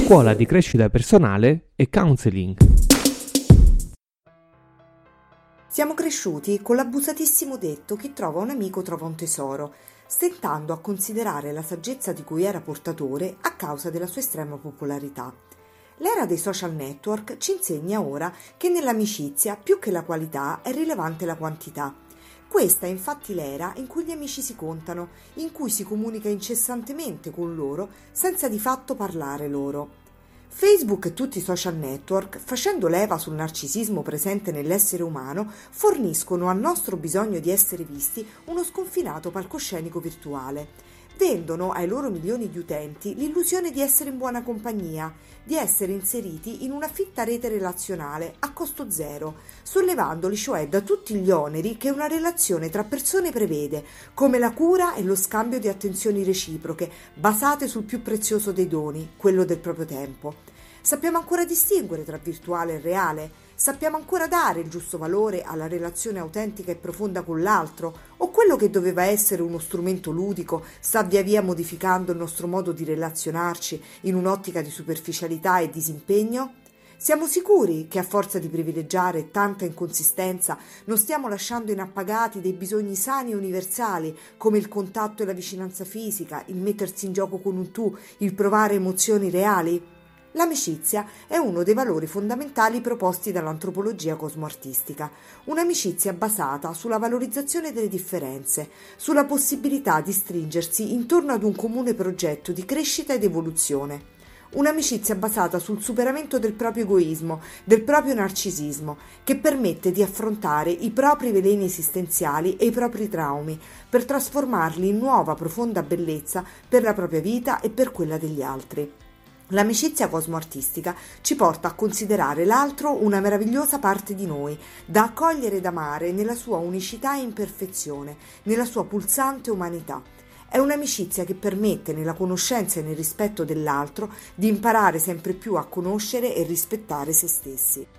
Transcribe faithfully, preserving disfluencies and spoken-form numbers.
scuola di crescita personale e counseling. Siamo cresciuti con l'abusatissimo detto «chi trova un amico trova un tesoro», stentando a considerare la saggezza di cui era portatore a causa della sua estrema popolarità. L'era dei social network ci insegna ora che nell'amicizia più che la qualità è rilevante la quantità. Questa è infatti l'era in cui gli amici si contano, in cui si comunica incessantemente con loro senza di fatto parlare loro. Facebook e tutti i social network, facendo leva sul narcisismo presente nell'essere umano, forniscono al nostro bisogno di essere visti uno sconfinato palcoscenico virtuale. Vendono ai loro milioni di utenti l'illusione di essere in buona compagnia, di essere inseriti in una fitta rete relazionale a costo zero, sollevandoli cioè da tutti gli oneri che una relazione tra persone prevede, come la cura e lo scambio di attenzioni reciproche, basate sul più prezioso dei doni, quello del proprio tempo. Sappiamo ancora distinguere tra virtuale e reale? Sappiamo ancora dare il giusto valore alla relazione autentica e profonda con l'altro? O quello che doveva essere uno strumento ludico sta via via modificando il nostro modo di relazionarci in un'ottica di superficialità e disimpegno? Siamo sicuri che a forza di privilegiare tanta inconsistenza non stiamo lasciando inappagati dei bisogni sani e universali come il contatto e la vicinanza fisica, il mettersi in gioco con un tu, il provare emozioni reali? L'amicizia è uno dei valori fondamentali proposti dall'antropologia cosmoartistica, un'amicizia basata sulla valorizzazione delle differenze, sulla possibilità di stringersi intorno ad un comune progetto di crescita ed evoluzione. Un'amicizia basata sul superamento del proprio egoismo, del proprio narcisismo, che permette di affrontare i propri veleni esistenziali e i propri traumi per trasformarli in nuova profonda bellezza per la propria vita e per quella degli altri. L'amicizia cosmoartistica ci porta a considerare l'altro una meravigliosa parte di noi, da accogliere ed amare nella sua unicità e imperfezione, nella sua pulsante umanità. È un'amicizia che permette, nella conoscenza e nel rispetto dell'altro, di imparare sempre più a conoscere e rispettare se stessi.